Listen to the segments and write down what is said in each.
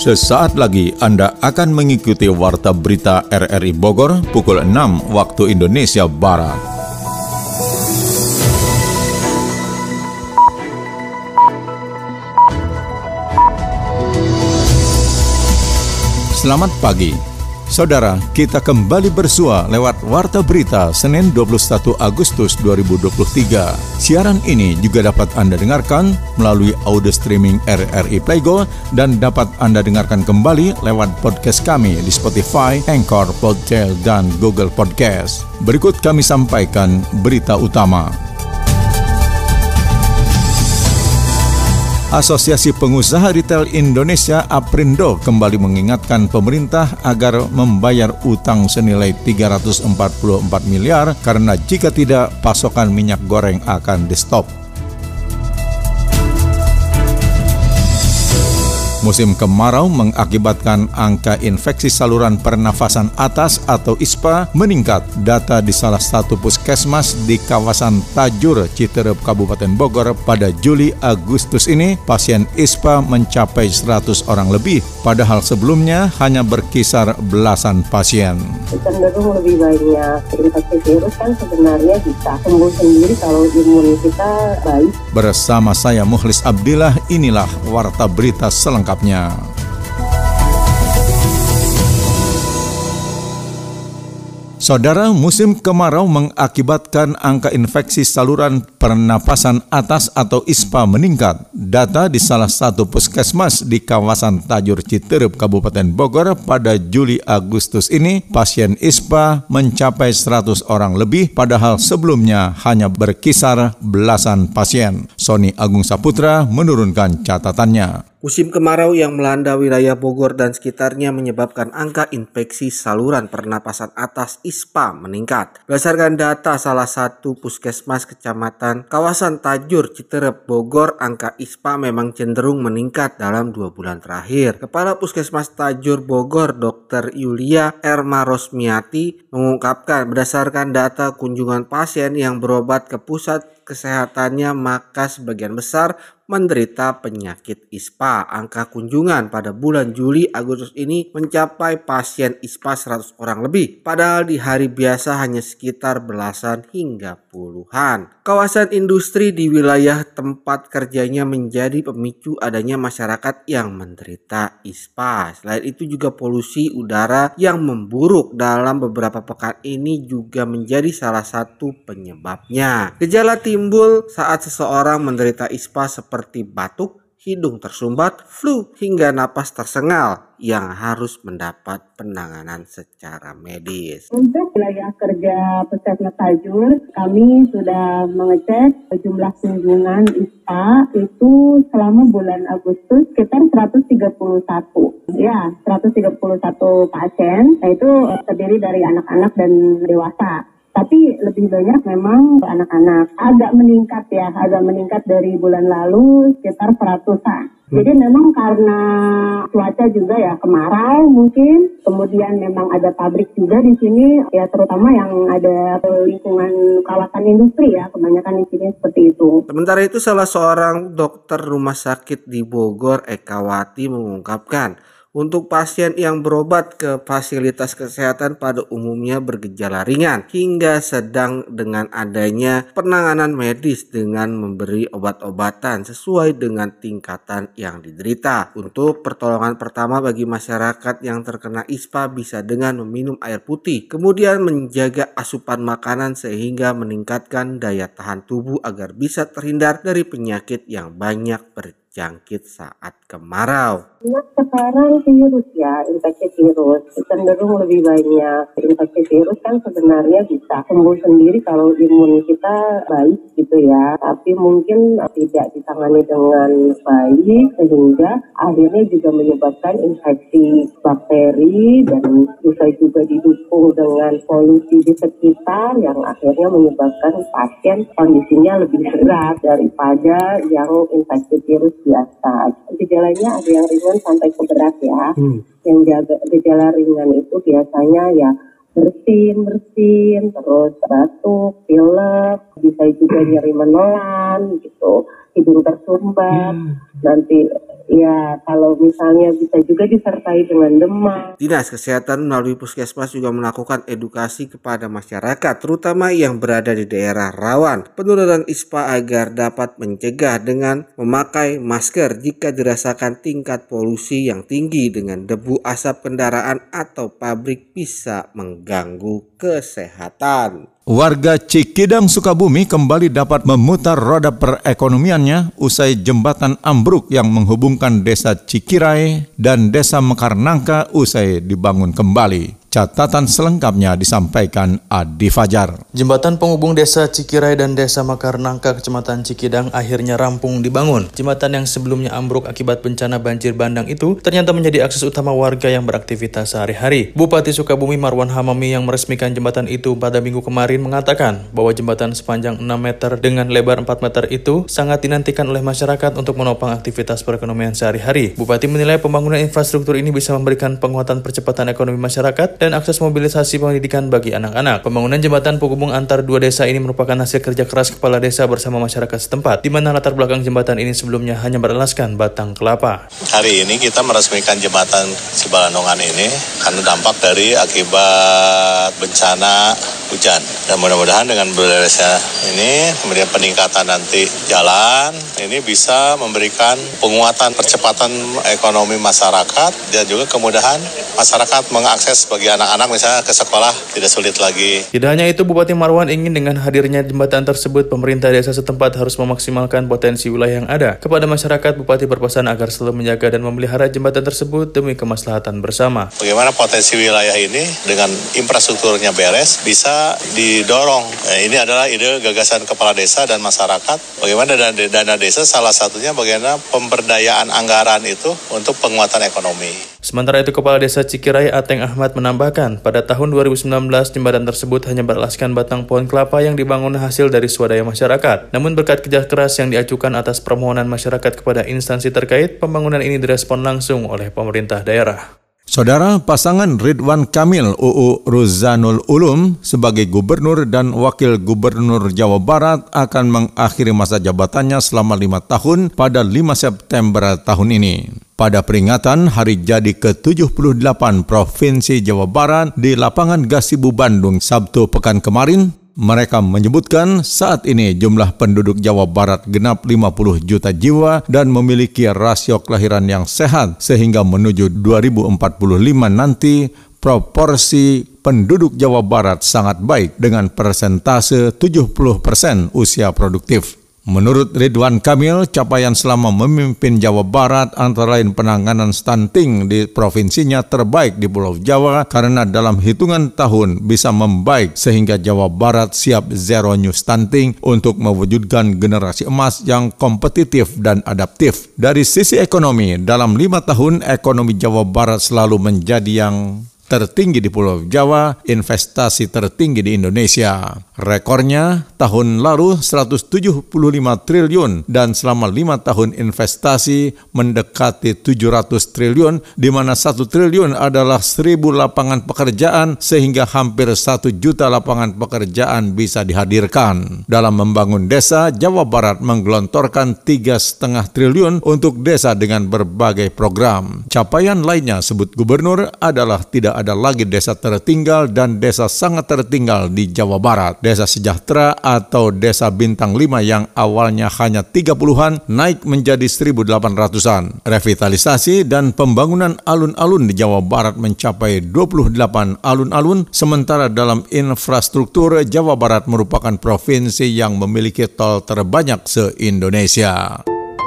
Sesaat lagi Anda akan mengikuti Warta Berita RRI Bogor pukul 6 waktu Indonesia Barat. Selamat pagi. Saudara, kita kembali bersua lewat Warta Berita Senin 21 Agustus 2023. Siaran ini juga dapat Anda dengarkan melalui audio streaming RRI Playgo dan dapat Anda dengarkan kembali lewat podcast kami di Spotify, Anchor, Podtail, dan Google Podcast. Berikut kami sampaikan berita utama. Asosiasi Pengusaha Retail Indonesia APRindo kembali mengingatkan pemerintah agar membayar utang senilai 344 miliar karena jika tidak pasokan minyak goreng akan di-stop. Musim kemarau mengakibatkan angka infeksi saluran pernafasan atas atau ISPA meningkat. Data di salah satu puskesmas di kawasan Tajur, Citerep, Kabupaten Bogor pada Juli-Agustus ini, pasien ISPA mencapai 100 orang lebih, padahal sebelumnya hanya berkisar belasan pasien. Cenderung lebih banyak infeksi virus kan sebenarnya bisa sembuh sendiri kalau imun kita baik. Bersama saya Mukhlis Abdillah, inilah Warta Berita selengkapnya. Saudara, musim kemarau mengakibatkan angka infeksi saluran pernapasan atas atau ISPA meningkat. Data di salah satu puskesmas di kawasan Tajur Citerep, Kabupaten Bogor pada Juli-Agustus ini, pasien ISPA mencapai 100 orang lebih, padahal sebelumnya hanya berkisar belasan pasien. Sony Agung Saputra menurunkan catatannya. Musim kemarau yang melanda wilayah Bogor dan sekitarnya menyebabkan angka infeksi saluran pernapasan atas ISPA meningkat. Berdasarkan data salah satu puskesmas kecamatan kawasan Tajur, Citerep, Bogor, angka ISPA memang cenderung meningkat dalam 2 bulan terakhir. Kepala Puskesmas Tajur Bogor, Dr. Yulia Erma Rosmiati, mengungkapkan berdasarkan data kunjungan pasien yang berobat ke pusat kesehatannya, maka sebagian besar menderita penyakit ISPA. Angka kunjungan pada bulan Juli-Agustus ini mencapai pasien ISPA 100 orang lebih, padahal di hari biasa hanya sekitar belasan hingga puluhan. Kawasan industri di wilayah tempat kerjanya menjadi pemicu adanya masyarakat yang menderita ISPA. Selain itu juga polusi udara yang memburuk dalam beberapa pekan ini juga menjadi salah satu penyebabnya. Gejala timbul saat seseorang menderita ISPA seperti batuk, hidung tersumbat, flu, hingga napas tersengal yang harus mendapat penanganan secara medis. Untuk wilayah kerja Puskesmas Tajur, kami sudah mengecek jumlah kunjungan ISPA itu selama bulan Agustus sekitar 131. Ya, 131 pasien, yaitu terdiri dari anak-anak dan dewasa. Tapi lebih banyak memang anak-anak. Agak meningkat dari bulan lalu sekitar 100-an. Jadi memang karena cuaca juga ya kemarau mungkin, kemudian memang ada pabrik juga di sini ya, terutama yang ada lingkungan kawasan industri ya, kebanyakan di sini seperti itu. Sementara itu salah seorang dokter rumah sakit di Bogor, Ekawati, mengungkapkan untuk pasien yang berobat ke fasilitas kesehatan pada umumnya bergejala ringan hingga sedang dengan adanya penanganan medis dengan memberi obat-obatan sesuai dengan tingkatan yang diderita. Untuk pertolongan pertama bagi masyarakat yang terkena ISPA bisa dengan meminum air putih, kemudian menjaga asupan makanan sehingga meningkatkan daya tahan tubuh agar bisa terhindar dari penyakit yang banyak berjangkit saat kemarau. Sekarang virus ya, infeksi virus cenderung lebih banyak. Infeksi virus kan sebenarnya bisa sembuh sendiri kalau imun kita baik gitu ya. Tapi mungkin tidak ditangani dengan baik sehingga akhirnya juga menyebabkan infeksi bakteri dan bisa juga didukung dengan polusi di sekitar yang akhirnya menyebabkan pasien kondisinya lebih berat daripada yang infeksi virus biasa. Gejalanya ada yang ringan sampai ke berat ya. Yang gejala ringan itu biasanya ya bersin, terus batuk, pilek, bisa juga nyeri menelan gitu, hidung tersumbat, nanti Ya, kalau misalnya bisa juga disertai dengan demam. Dinas Kesehatan melalui Puskesmas juga melakukan edukasi kepada masyarakat, terutama yang berada di daerah rawan penurunan ISPA agar dapat mencegah dengan memakai masker jika dirasakan tingkat polusi yang tinggi dengan debu asap kendaraan atau pabrik bisa mengganggu kesehatan. Warga Cikidang, Sukabumi kembali dapat memutar roda perekonomiannya usai jembatan ambruk yang menghubungkan desa Cikirai dan desa Mekarnangka usai dibangun kembali. Catatan selengkapnya disampaikan Adi Fajar. Jembatan penghubung desa Cikirai dan desa Mekarnangka kecamatan Cikidang akhirnya rampung dibangun. Jembatan yang sebelumnya ambruk akibat bencana banjir bandang itu ternyata menjadi akses utama warga yang beraktivitas sehari-hari. Bupati Sukabumi Marwan Hamami yang meresmikan jembatan itu pada minggu kemarin mengatakan bahwa jembatan sepanjang 6 meter dengan lebar 4 meter itu sangat dinantikan oleh masyarakat untuk menopang aktivitas perekonomian sehari-hari. Bupati menilai pembangunan infrastruktur ini bisa memberikan penguatan percepatan ekonomi masyarakat dan akses mobilisasi pendidikan bagi anak-anak. Pembangunan jembatan penghubung antar dua desa ini merupakan hasil kerja keras kepala desa bersama masyarakat setempat, di mana latar belakang jembatan ini sebelumnya hanya beralaskan batang kelapa. Hari ini kita meresmikan jembatan Cibalandongan ini karena dampak dari akibat bencana hujan. Dan mudah-mudahan dengan beresnya ini, kemudian peningkatan nanti jalan, ini bisa memberikan penguatan percepatan ekonomi masyarakat dan juga kemudahan masyarakat mengakses bagi anak-anak misalnya ke sekolah tidak sulit lagi. Tidak hanya itu, Bupati Marwan ingin dengan hadirnya jembatan tersebut, pemerintah desa setempat harus memaksimalkan potensi wilayah yang ada. Kepada masyarakat, Bupati berpesan agar selalu menjaga dan memelihara jembatan tersebut demi kemaslahatan bersama. Bagaimana potensi wilayah ini dengan infrastrukturnya beres bisa didorong. Ini adalah ide gagasan kepala desa dan masyarakat. Bagaimana dana desa salah satunya bagaimana pemberdayaan anggaran itu untuk penguatan ekonomi. Sementara itu, Kepala Desa Cikirai Ateng Ahmad menambahkan, pada tahun 2019 jembatan tersebut hanya beralaskan batang pohon kelapa yang dibangun hasil dari swadaya masyarakat. Namun berkat kerja keras yang diajukan atas permohonan masyarakat kepada instansi terkait, pembangunan ini direspon langsung oleh pemerintah daerah. Saudara, pasangan Ridwan Kamil UU Ruzanul Ulum sebagai gubernur dan wakil gubernur Jawa Barat akan mengakhiri masa jabatannya selama 5 tahun pada 5 September tahun ini. Pada peringatan hari jadi ke-78 Provinsi Jawa Barat di Lapangan Gasibu Bandung Sabtu pekan kemarin, mereka menyebutkan saat ini jumlah penduduk Jawa Barat genap 50 juta jiwa dan memiliki rasio kelahiran yang sehat sehingga menuju 2045 nanti proporsi penduduk Jawa Barat sangat baik dengan persentase 70% usia produktif. Menurut Ridwan Kamil, capaian selama memimpin Jawa Barat antara lain penanganan stunting di provinsinya terbaik di Pulau Jawa karena dalam hitungan tahun bisa membaik sehingga Jawa Barat siap zero new stunting untuk mewujudkan generasi emas yang kompetitif dan adaptif. Dari sisi ekonomi, dalam 5 tahun ekonomi Jawa Barat selalu menjadi yang tertinggi di Pulau Jawa, investasi tertinggi di Indonesia. Rekornya tahun lalu 175 triliun dan selama 5 tahun investasi mendekati 700 triliun, di mana 1 triliun adalah 1.000 lapangan pekerjaan sehingga hampir 1 juta lapangan pekerjaan bisa dihadirkan. Dalam membangun desa, Jawa Barat menggelontorkan 3,5 triliun untuk desa dengan berbagai program. Capaian lainnya sebut gubernur adalah tidak ada lagi desa tertinggal dan desa sangat tertinggal di Jawa Barat. Desa sejahtera atau desa bintang 5 yang awalnya hanya 30-an naik menjadi 1.800-an. Revitalisasi dan pembangunan alun-alun di Jawa Barat mencapai 28 alun-alun, sementara dalam infrastruktur Jawa Barat merupakan provinsi yang memiliki tol terbanyak se-Indonesia.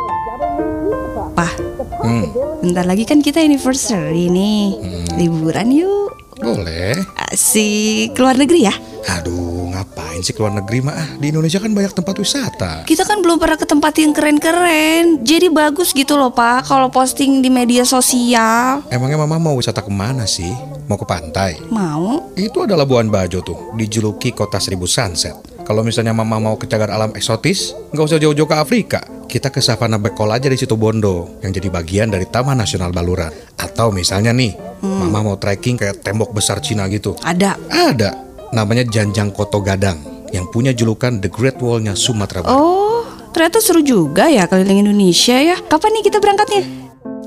Pak, bentar lagi kan kita anniversary nih. Liburan yuk. Boleh. Asik, keluar negeri ya? Aduh, ngapain sih keluar negeri mah? Di Indonesia kan banyak tempat wisata. Kita kan belum pernah ke tempat yang keren-keren. Jadi bagus gitu loh Pak, kalau posting di media sosial. Emangnya mama mau wisata kemana sih? Mau ke pantai? Mau? Itu ada Labuan Bajo tuh, dijuluki kota 1000 sunset. Kalau misalnya mama mau ke cagar alam eksotis, nggak usah jauh-jauh ke Afrika. Kita ke Savana Bekol aja di Situbondo, yang jadi bagian dari Taman Nasional Baluran. Atau misalnya nih, mama mau trekking kayak tembok besar Cina gitu. Ada? Ada, namanya Janjang Koto Gadang, yang punya julukan The Great Wall-nya Sumatera Barat. Oh, ternyata seru juga ya keliling Indonesia ya. Kapan nih kita berangkatnya?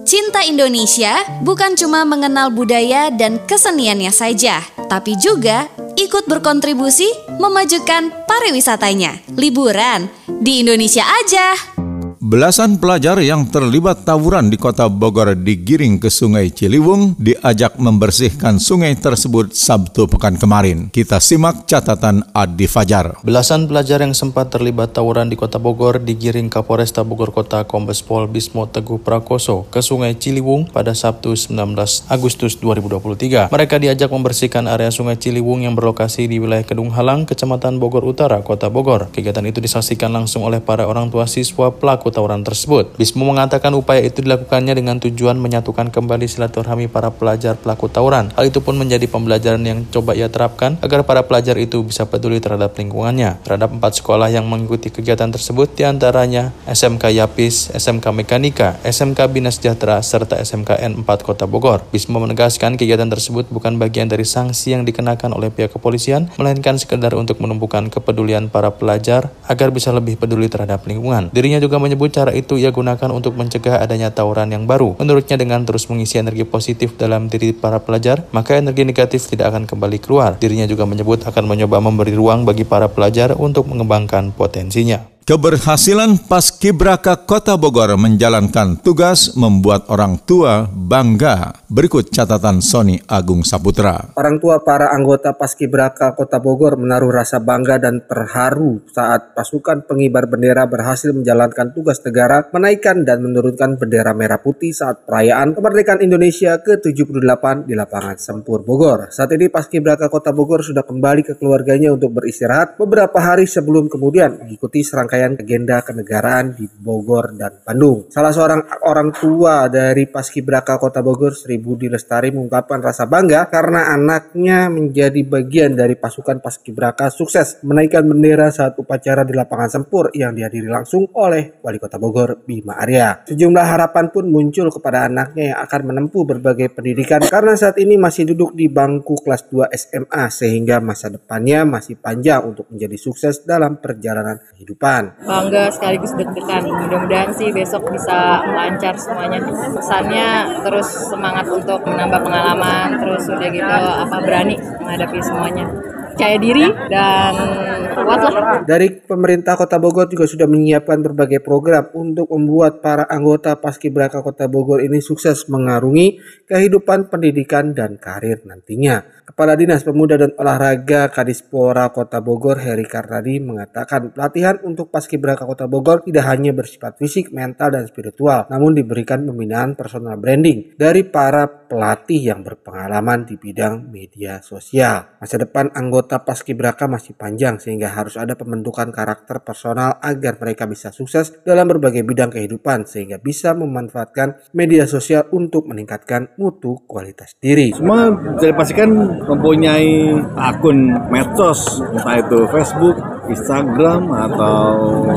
Cinta Indonesia bukan cuma mengenal budaya dan keseniannya saja, tapi juga ikut berkontribusi memajukan pariwisatanya. Liburan di Indonesia aja. Belasan pelajar yang terlibat tawuran di kota Bogor digiring ke Sungai Ciliwung diajak membersihkan sungai tersebut Sabtu pekan kemarin. Kita simak catatan Adi Fajar. Belasan pelajar yang sempat terlibat tawuran di kota Bogor digiring Kapolresta Bogor Kota Kombes Pol Bismo Teguh Prakoso ke Sungai Ciliwung pada Sabtu 19 Agustus 2023. Mereka diajak membersihkan area Sungai Ciliwung yang berlokasi di wilayah Kedung Halang, Kecamatan Bogor Utara, Kota Bogor. Kegiatan itu disaksikan langsung oleh para orang tua siswa pelaku tawuran tersebut. Bismo mengatakan upaya itu dilakukannya dengan tujuan menyatukan kembali silaturahmi para pelajar pelaku tawuran. Hal itu pun menjadi pembelajaran yang coba ia terapkan agar para pelajar itu bisa peduli terhadap lingkungannya. Terhadap 4 sekolah yang mengikuti kegiatan tersebut, diantaranya SMK Yapis, SMK Mekanika, SMK Bina Sejahtera, serta SMKN 4 Kota Bogor. Bismo menegaskan kegiatan tersebut bukan bagian dari sanksi yang dikenakan oleh pihak kepolisian, melainkan sekedar untuk menumbuhkan kepedulian para pelajar agar bisa lebih peduli terhadap lingkungan. Dirinya juga menyebut cara itu ia gunakan untuk mencegah adanya tawuran yang baru. Menurutnya dengan terus mengisi energi positif dalam diri para pelajar, maka energi negatif tidak akan kembali keluar. Dirinya juga menyebut akan mencoba memberi ruang bagi para pelajar untuk mengembangkan potensinya. Keberhasilan Paskibraka Kota Bogor menjalankan tugas membuat orang tua bangga. Berikut catatan Sony Agung Saputra. Orang tua para anggota Paskibraka Kota Bogor menaruh rasa bangga dan terharu saat pasukan pengibar bendera berhasil menjalankan tugas negara menaikkan dan menurunkan bendera merah putih saat perayaan kemerdekaan Indonesia ke-78 di lapangan Sempur Bogor. Saat ini Paskibraka Kota Bogor sudah kembali ke keluarganya untuk beristirahat beberapa hari sebelum kemudian mengikuti serangkaian agenda kenegaraan di Bogor dan Bandung. Salah seorang orang tua dari Paskibraka Kota Bogor, Sri Budi Lestari, mengungkapkan rasa bangga karena anaknya menjadi bagian dari pasukan Paskibraka sukses menaikkan bendera saat upacara di lapangan Sempur yang dihadiri langsung oleh Wali Kota Bogor, Bima Arya. Sejumlah harapan pun muncul kepada anaknya yang akan menempuh berbagai pendidikan karena saat ini masih duduk di bangku kelas 2 SMA sehingga masa depannya masih panjang untuk menjadi sukses dalam perjalanan kehidupan. Bangga sekaligus deg-degan. Mudah-mudahan sih besok bisa lancar semuanya. Pesannya terus semangat untuk menambah pengalaman, terus udah gitu berani menghadapi semuanya. Percaya diri dan kuatlah. Dari pemerintah Kota Bogor juga sudah menyiapkan berbagai program untuk membuat para anggota Paskibraka Kota Bogor ini sukses mengarungi kehidupan pendidikan dan karir nantinya. Kepala Dinas Pemuda dan Olahraga Kadispora Kota Bogor, Heri Karnadi, mengatakan pelatihan untuk Paskibraka Kota Bogor tidak hanya bersifat fisik, mental, dan spiritual, namun diberikan pembinaan personal branding dari para pelatih yang berpengalaman di bidang media sosial. Masa depan anggota Paskibraka masih panjang sehingga harus ada pembentukan karakter personal agar mereka bisa sukses dalam berbagai bidang kehidupan sehingga bisa memanfaatkan media sosial untuk meningkatkan mutu kualitas diri. Semua bisa dipastikan mempunyai akun medsos, entah itu Facebook, Instagram atau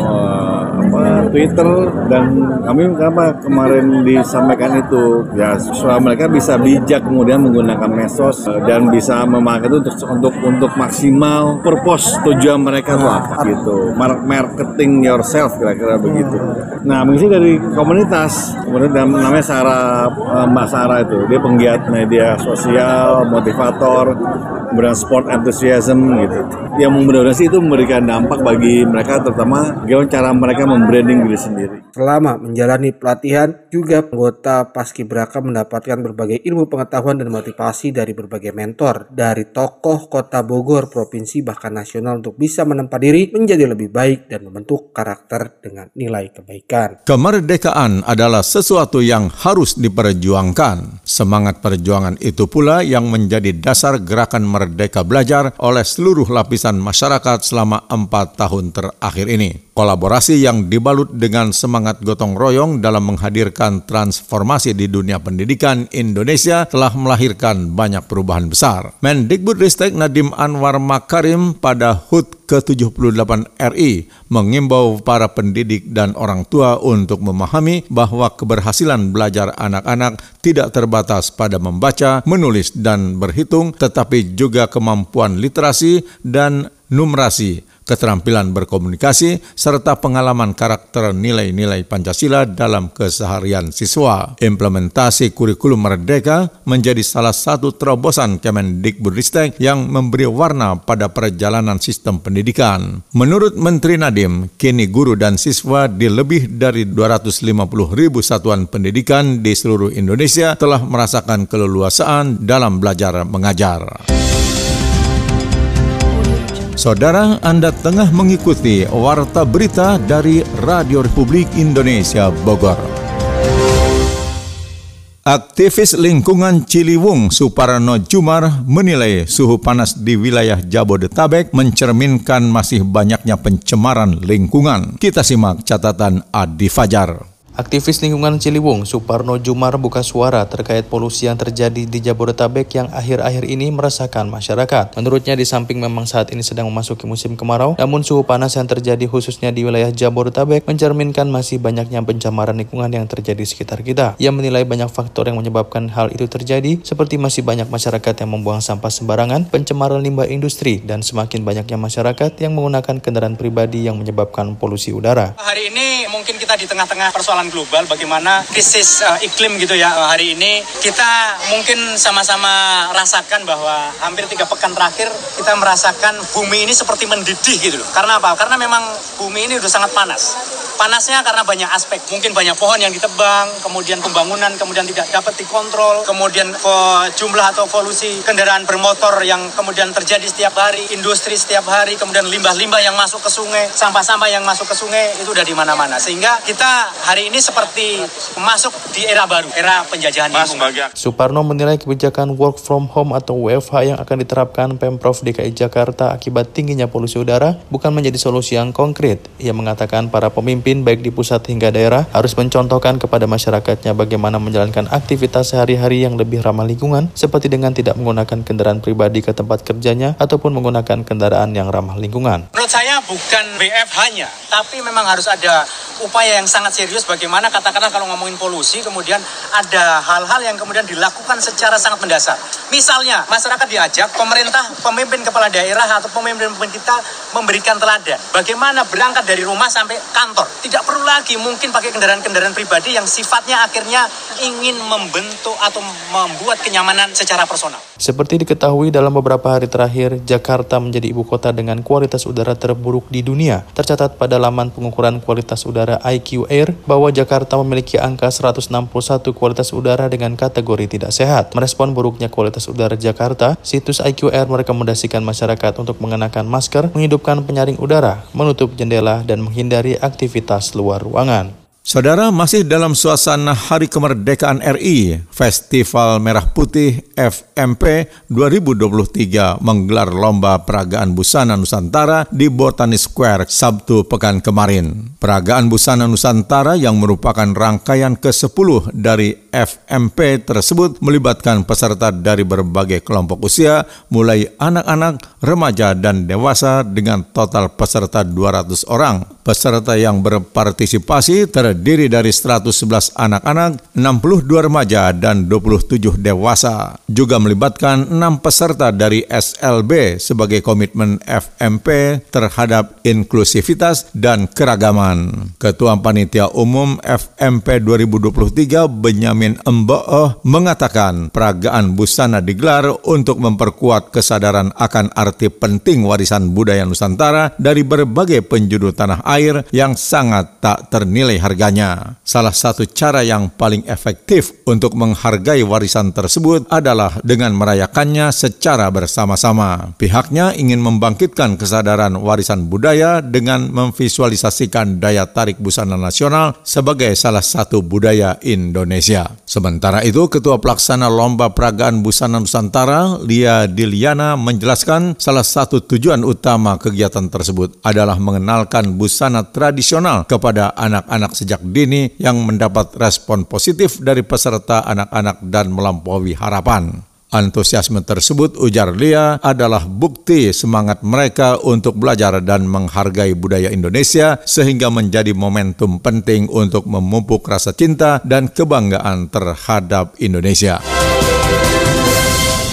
Twitter, dan kami kemarin disampaikan itu ya supaya mereka bisa bijak kemudian menggunakan medsos dan bisa memakai itu untuk maksimal purpose tujuan mereka tuh apa gitu, marketing yourself kira-kira begitu. Nah mengisi dari komunitas, kemudian namanya Mbak Sarah itu dia penggiat media sosial, motivator, kemudian sport enthusiasm gitu. Yang mudah-mudahan sih itu memberikan dampak bagi mereka, terutama bagaimana cara mereka membranding diri sendiri. Selama menjalani pelatihan, juga anggota Paskibraka mendapatkan berbagai ilmu pengetahuan dan motivasi dari berbagai mentor, dari tokoh Kota Bogor, provinsi, bahkan nasional untuk bisa menempa diri menjadi lebih baik dan membentuk karakter dengan nilai kebaikan. Kemerdekaan adalah sesuatu yang harus diperjuangkan. Semangat perjuangan itu pula yang menjadi dasar gerakan Merdeka Belajar oleh seluruh lapisan masyarakat selama 4 tahun terakhir ini. Kolaborasi yang dibalut dengan semangat gotong royong dalam menghadirkan transformasi di dunia pendidikan Indonesia telah melahirkan banyak perubahan besar. Mendikbudristek Nadiem Anwar Makarim pada HUT ke-78 RI mengimbau para pendidik dan orang tua untuk memahami bahwa keberhasilan belajar anak-anak tidak terbatas pada membaca, menulis, dan berhitung, tetapi juga kemampuan literasi dan numerasi, keterampilan berkomunikasi, serta pengalaman karakter nilai-nilai Pancasila dalam keseharian siswa. Implementasi kurikulum merdeka menjadi salah satu terobosan Kemendikbudristek yang memberi warna pada perjalanan sistem pendidikan. Menurut Menteri Nadiem, kini guru dan siswa di lebih dari 250.000 satuan pendidikan di seluruh Indonesia telah merasakan keleluasaan dalam belajar mengajar. Saudara, Anda tengah mengikuti Warta Berita dari Radio Republik Indonesia Bogor. Aktivis lingkungan Ciliwung Suparno Jumar menilai suhu panas di wilayah Jabodetabek mencerminkan masih banyaknya pencemaran lingkungan. Kita simak catatan Adi Fajar. Aktivis lingkungan Ciliwung, Suparno Jumar buka suara terkait polusi yang terjadi di Jabodetabek yang akhir-akhir ini meresahkan masyarakat. Menurutnya, di samping memang saat ini sedang memasuki musim kemarau, namun suhu panas yang terjadi khususnya di wilayah Jabodetabek mencerminkan masih banyaknya pencemaran lingkungan yang terjadi di sekitar kita. Ia menilai banyak faktor yang menyebabkan hal itu terjadi, seperti masih banyak masyarakat yang membuang sampah sembarangan, pencemaran limbah industri, dan semakin banyaknya masyarakat yang menggunakan kendaraan pribadi yang menyebabkan polusi udara. Hari ini mungkin kita di tengah-tengah persoalan global, bagaimana krisis iklim gitu ya. Hari ini kita mungkin sama-sama rasakan bahwa hampir 3 pekan terakhir kita merasakan bumi ini seperti mendidih gitu loh. Karena apa? Karena memang bumi ini udah sangat panas. Panasnya karena banyak aspek, mungkin banyak pohon yang ditebang, kemudian pembangunan kemudian tidak dapat dikontrol, kemudian jumlah atau polusi kendaraan bermotor yang kemudian terjadi setiap hari, industri setiap hari, kemudian limbah-limbah yang masuk ke sungai, sampah-sampah yang masuk ke sungai itu udah di mana-mana. Sehingga kita hari ini seperti masuk di era baru, era penjajahan lingkungan. Suparno menilai kebijakan work from home atau WFH yang akan diterapkan Pemprov DKI Jakarta akibat tingginya polusi udara bukan menjadi solusi yang konkret. Ia mengatakan para pemimpin baik di pusat hingga daerah harus mencontohkan kepada masyarakatnya bagaimana menjalankan aktivitas sehari-hari yang lebih ramah lingkungan, seperti dengan tidak menggunakan kendaraan pribadi ke tempat kerjanya ataupun menggunakan kendaraan yang ramah lingkungan. Menurut saya bukan WFH-nya, tapi memang harus ada upaya yang sangat serius bagaimana katakanlah kalau ngomongin polusi kemudian ada hal-hal yang kemudian dilakukan secara sangat mendasar. Misalnya masyarakat diajak, pemerintah, pemimpin kepala daerah atau pemimpin kita memberikan teladan. Bagaimana berangkat dari rumah sampai kantor. Tidak perlu lagi mungkin pakai kendaraan-kendaraan pribadi yang sifatnya akhirnya ingin membentuk atau membuat kenyamanan secara personal. Seperti diketahui dalam beberapa hari terakhir, Jakarta menjadi ibu kota dengan kualitas udara terburuk di dunia. Tercatat pada laman pengukuran kualitas udara IQ Air bahwa Jakarta memiliki angka 161 kualitas udara dengan kategori tidak sehat. Merespon buruknya kualitas udara Jakarta, situs IQ Air merekomendasikan masyarakat untuk mengenakan masker, menghidupkan penyaring udara, menutup jendela, dan menghindari aktivitas luar ruangan. Saudara, masih dalam suasana Hari Kemerdekaan RI, Festival Merah Putih FMP 2023 menggelar lomba peragaan busana Nusantara di Botani Square Sabtu pekan kemarin. Peragaan busana Nusantara yang merupakan rangkaian ke-10 dari FMP tersebut melibatkan peserta dari berbagai kelompok usia, mulai anak-anak, remaja, dan dewasa dengan total peserta 200 orang. Peserta yang berpartisipasi terdiri dari 111 anak-anak, 62 remaja, dan 27 dewasa. Juga melibatkan 6 peserta dari SLB sebagai komitmen FMP terhadap inklusivitas dan keragaman. Ketua Panitia Umum FMP 2023 Benyamin Embo'oh mengatakan peragaan busana digelar untuk memperkuat kesadaran akan arti penting warisan budaya Nusantara dari berbagai penjuru tanah air yang sangat tak ternilai harganya. Salah satu cara yang paling efektif untuk menghargai warisan tersebut adalah dengan merayakannya secara bersama-sama. Pihaknya ingin membangkitkan kesadaran warisan budaya dengan memvisualisasikan daya tarik busana nasional sebagai salah satu budaya Indonesia. Sementara itu, Ketua Pelaksana Lomba Peragaan Busana Nusantara, Lia Diliana, menjelaskan salah satu tujuan utama kegiatan tersebut adalah mengenalkan busana tradisional kepada anak-anak sejak dini yang mendapat respon positif dari peserta anak-anak dan melampaui harapan. Antusiasme tersebut, ujar Lia, adalah bukti semangat mereka untuk belajar dan menghargai budaya Indonesia sehingga menjadi momentum penting untuk memupuk rasa cinta dan kebanggaan terhadap Indonesia.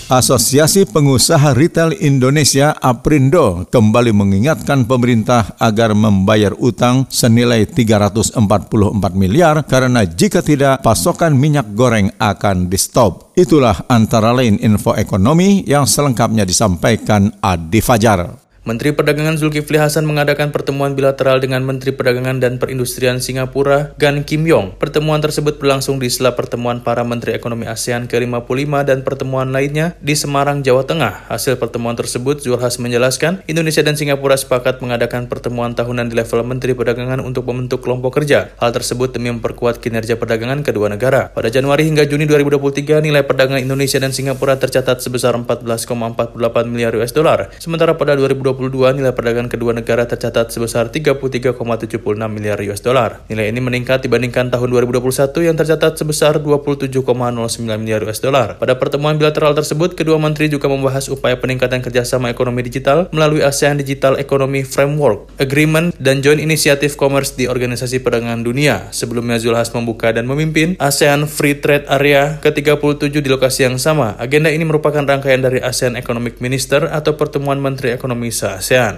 Asosiasi Pengusaha Retail Indonesia APRindo kembali mengingatkan pemerintah agar membayar utang senilai 344 miliar karena jika tidak pasokan minyak goreng akan di-stop. Itulah antara lain info ekonomi yang selengkapnya disampaikan Adi Fajar. Menteri Perdagangan Zulkifli Hasan mengadakan pertemuan bilateral dengan Menteri Perdagangan dan Perindustrian Singapura, Gan Kim Yong. Pertemuan tersebut berlangsung di sela pertemuan para Menteri Ekonomi ASEAN ke-55 dan pertemuan lainnya di Semarang, Jawa Tengah. Hasil pertemuan tersebut, Zulhas menjelaskan, Indonesia dan Singapura sepakat mengadakan pertemuan tahunan di level Menteri Perdagangan untuk membentuk kelompok kerja. Hal tersebut demi memperkuat kinerja perdagangan kedua negara. Pada Januari hingga Juni 2023, nilai perdagangan Indonesia dan Singapura tercatat sebesar 14,48 miliar US dollar. Sementara pada 2022 nilai perdagangan kedua negara tercatat sebesar 33,76 miliar US dollar. Nilai ini meningkat dibandingkan tahun 2021 yang tercatat sebesar 27,09 miliar US dollar. Pada pertemuan bilateral tersebut, kedua menteri juga membahas upaya peningkatan kerjasama ekonomi digital melalui ASEAN Digital Economy Framework Agreement dan Joint Initiative Commerce di Organisasi Perdagangan Dunia. Sebelumnya Zulhas membuka dan memimpin ASEAN Free Trade Area ke-37 di lokasi yang sama. Agenda ini merupakan rangkaian dari ASEAN Economic Minister atau pertemuan Menteri Ekonomi ASEAN.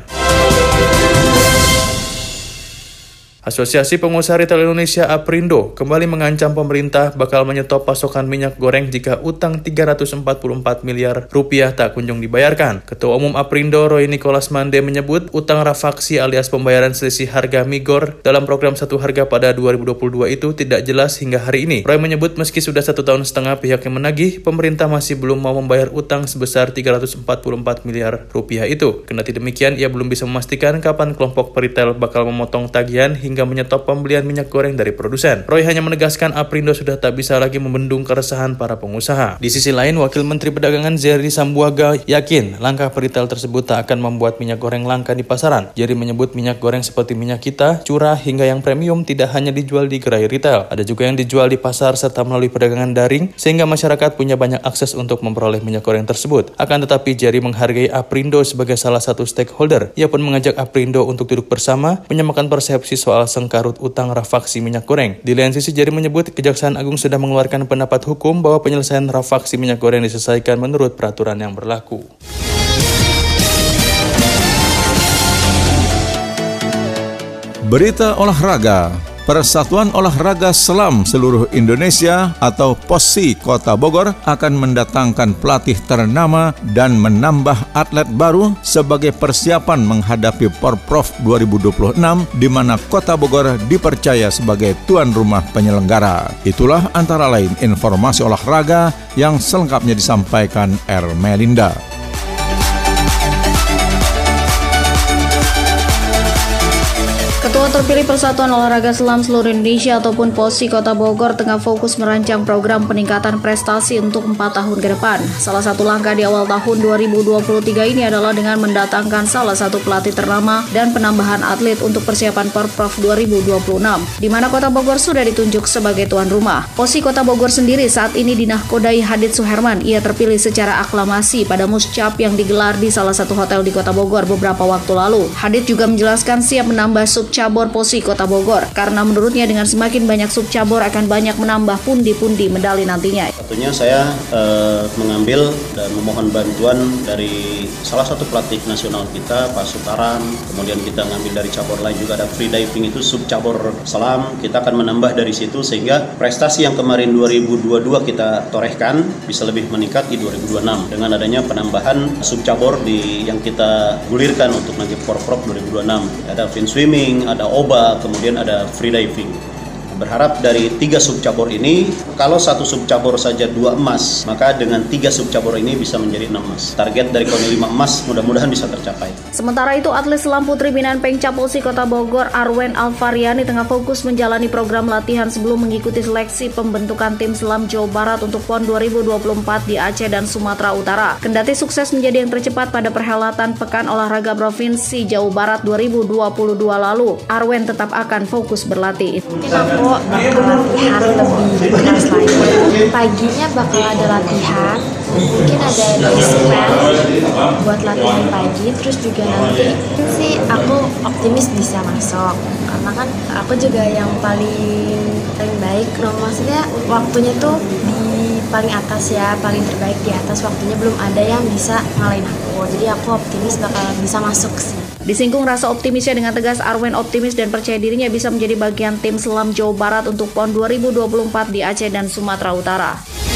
Asosiasi Pengusaha Retail Indonesia APRindo kembali mengancam pemerintah bakal menyetop pasokan minyak goreng jika utang 344 miliar rupiah tak kunjung dibayarkan. Ketua Umum APRindo Roy Nicholas Mande menyebut utang rafaksi alias pembayaran selisih harga migor dalam program satu harga pada 2022 itu tidak jelas hingga hari ini. Roy menyebut meski sudah 1,5 tahun pihak yang menagih, pemerintah masih belum mau membayar utang sebesar 344 miliar rupiah itu. Kendati demikian, ia belum bisa memastikan kapan kelompok peritel bakal memotong tagihan hingga menyetop pembelian minyak goreng dari produsen. Roy hanya menegaskan APRindo sudah tak bisa lagi membendung keresahan para pengusaha. Di sisi lain, Wakil Menteri Perdagangan Jerry Sambuaga yakin langkah peritel tersebut tak akan membuat minyak goreng langka di pasaran. Jerry menyebut minyak goreng seperti minyak kita, curah hingga yang premium tidak hanya dijual di gerai retail, ada juga yang dijual di pasar serta melalui perdagangan daring sehingga masyarakat punya banyak akses untuk memperoleh minyak goreng tersebut. Akan tetapi Jerry menghargai APRindo sebagai salah satu stakeholder. Ia pun mengajak APRindo untuk duduk bersama menyamakan persepsi soal sengkarut utang rafaksi minyak goreng. Di lain sisi, Jerry menyebut Kejaksaan Agung sudah mengeluarkan pendapat hukum bahwa penyelesaian rafaksi minyak goreng diselesaikan menurut peraturan yang berlaku. Berita olahraga. Persatuan Olahraga Selam Seluruh Indonesia atau POSSI Kota Bogor akan mendatangkan pelatih ternama dan menambah atlet baru sebagai persiapan menghadapi Porprov 2026 di mana Kota Bogor dipercaya sebagai tuan rumah penyelenggara. Itulah antara lain informasi olahraga yang selengkapnya disampaikan Ermelinda. Ketua terpilih Persatuan Olahraga Selam Seluruh Indonesia ataupun POSSI Kota Bogor tengah fokus merancang program peningkatan prestasi untuk 4 tahun ke depan. Salah satu langkah di awal tahun 2023 ini adalah dengan mendatangkan salah satu pelatih ternama dan penambahan atlet untuk persiapan Porprov 2026, di mana Kota Bogor sudah ditunjuk sebagai tuan rumah. POSSI Kota Bogor sendiri saat ini dinahkodai Hadid Suherman. Ia terpilih secara aklamasi pada muscap yang digelar di salah satu hotel di Kota Bogor beberapa waktu lalu. Hadid juga menjelaskan siap menambah subcabur POSSI Kota Bogor karena menurutnya dengan semakin banyak subcabur akan banyak menambah pundi-pundi medali nantinya. Tentunya saya mengambil dan memohon bantuan dari salah satu pelatih nasional kita, Pak Sutaran. Kemudian kita ngambil dari cabur lain juga ada free diving itu subcabur selam. Kita akan menambah dari situ sehingga prestasi yang kemarin 2022 kita torehkan bisa lebih meningkat di 2026 dengan adanya penambahan subcabur yang kita gulirkan untuk nanti Porprov 2026. Ada fin swimming, ada OBA, kemudian ada free diving. Berharap dari 3 subcabur ini, kalau satu subcabur saja 2 emas, maka dengan 3 subcabur ini bisa menjadi 6 emas. Target dari KONI 5 emas mudah-mudahan bisa tercapai. Sementara itu, atlet selam putri binaan Pengcap POSSI Kota Bogor Arwen Alvariani tengah fokus menjalani program latihan sebelum mengikuti seleksi pembentukan tim selam Jawa Barat untuk PON 2024 di Aceh dan Sumatera Utara. Kendati sukses menjadi yang tercepat pada perhelatan Pekan Olahraga Provinsi Jawa Barat 2022 lalu, Arwen tetap akan fokus berlatih. Bakal latihan lebih keras lagi. Paginya bakal ada latihan, mungkin ada dispen buat latihan pagi. Terus juga nanti sih aku optimis bisa masuk karena kan aku juga yang paling baik. Maksudnya waktunya tuh di paling atas ya, paling terbaik di atas. Waktunya belum ada yang bisa ngalahin aku. Jadi aku optimis bakal bisa masuk sih. Disinggung rasa optimisnya dengan tegas, Arwen optimis dan percaya dirinya bisa menjadi bagian tim selam Jawa Barat untuk PON 2024 di Aceh dan Sumatera Utara.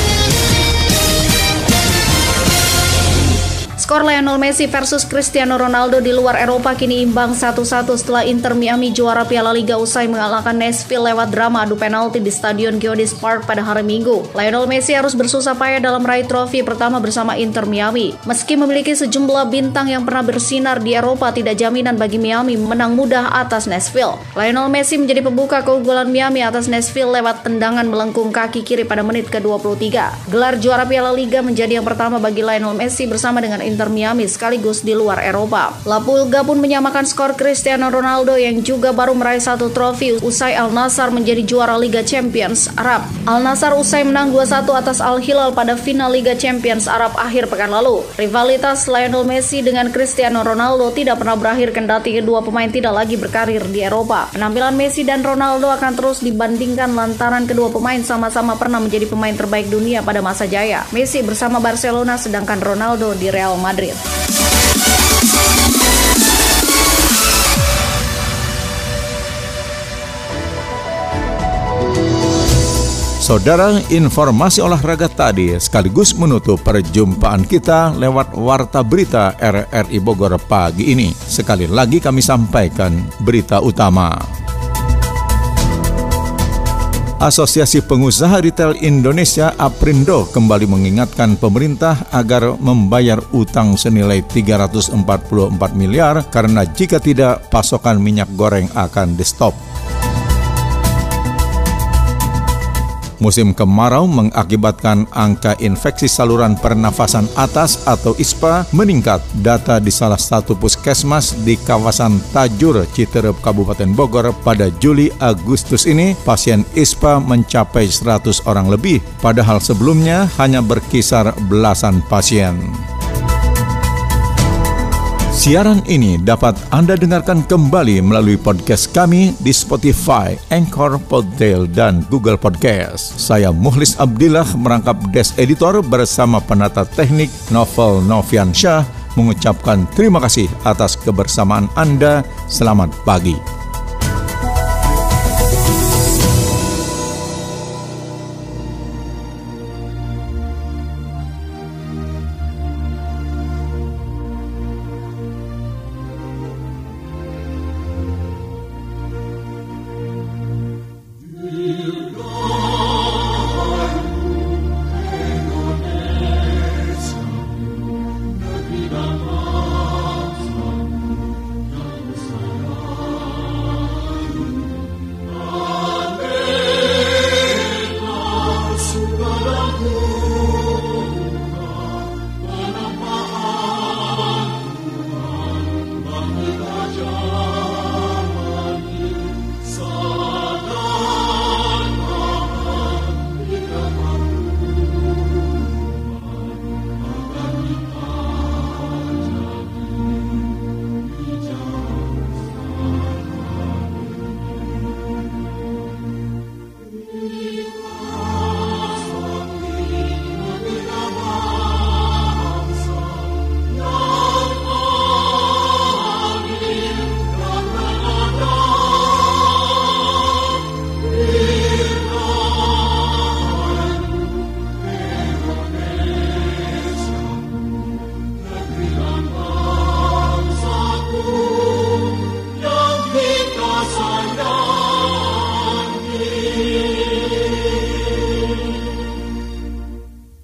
Skor Lionel Messi versus Cristiano Ronaldo di luar Eropa kini imbang 1-1 setelah Inter Miami juara Piala Liga usai mengalahkan Nashville lewat drama adu penalti di Stadion Geodis Park pada hari Minggu. Lionel Messi harus bersusah payah dalam meraih trofi pertama bersama Inter Miami. Meski memiliki sejumlah bintang yang pernah bersinar di Eropa, tidak jaminan bagi Miami menang mudah atas Nashville. Lionel Messi menjadi pembuka keunggulan Miami atas Nashville lewat tendangan melengkung kaki kiri pada menit ke-23. Gelar juara Piala Liga menjadi yang pertama bagi Lionel Messi bersama dengan Inter Miami sekaligus di luar Eropa. La Pulga pun menyamakan skor Cristiano Ronaldo yang juga baru meraih 1 trofi usai Al Nassr menjadi juara Liga Champions Arab. Al Nassr usai menang 2-1 atas Al Hilal pada final Liga Champions Arab akhir pekan lalu. Rivalitas Lionel Messi dengan Cristiano Ronaldo tidak pernah berakhir kendati kedua pemain tidak lagi berkarir di Eropa. Penampilan Messi dan Ronaldo akan terus dibandingkan lantaran kedua pemain sama-sama pernah menjadi pemain terbaik dunia pada masa jaya. Messi bersama Barcelona sedangkan Ronaldo di Real Madrid. Saudara, informasi olahraga tadi sekaligus menutup perjumpaan kita lewat Warta Berita RRI Bogor pagi ini. Sekali lagi kami sampaikan berita utama. Asosiasi Pengusaha Retail Indonesia APRindo kembali mengingatkan pemerintah agar membayar utang senilai 344 miliar karena jika tidak pasokan minyak goreng akan di-stop. Musim kemarau mengakibatkan angka infeksi saluran pernafasan atas atau ISPA meningkat. Data di salah satu puskesmas di kawasan Tajur, Citerep, Kabupaten Bogor pada Juli-Agustus ini, pasien ISPA mencapai 100 orang lebih, padahal sebelumnya hanya berkisar belasan pasien. Siaran ini dapat Anda dengarkan kembali melalui podcast kami di Spotify, Anchor, Podtail, dan Google Podcast. Saya Muhlis Abdillah merangkap Desk Editor bersama penata teknik Novel Noviansyah mengucapkan terima kasih atas kebersamaan Anda. Selamat pagi.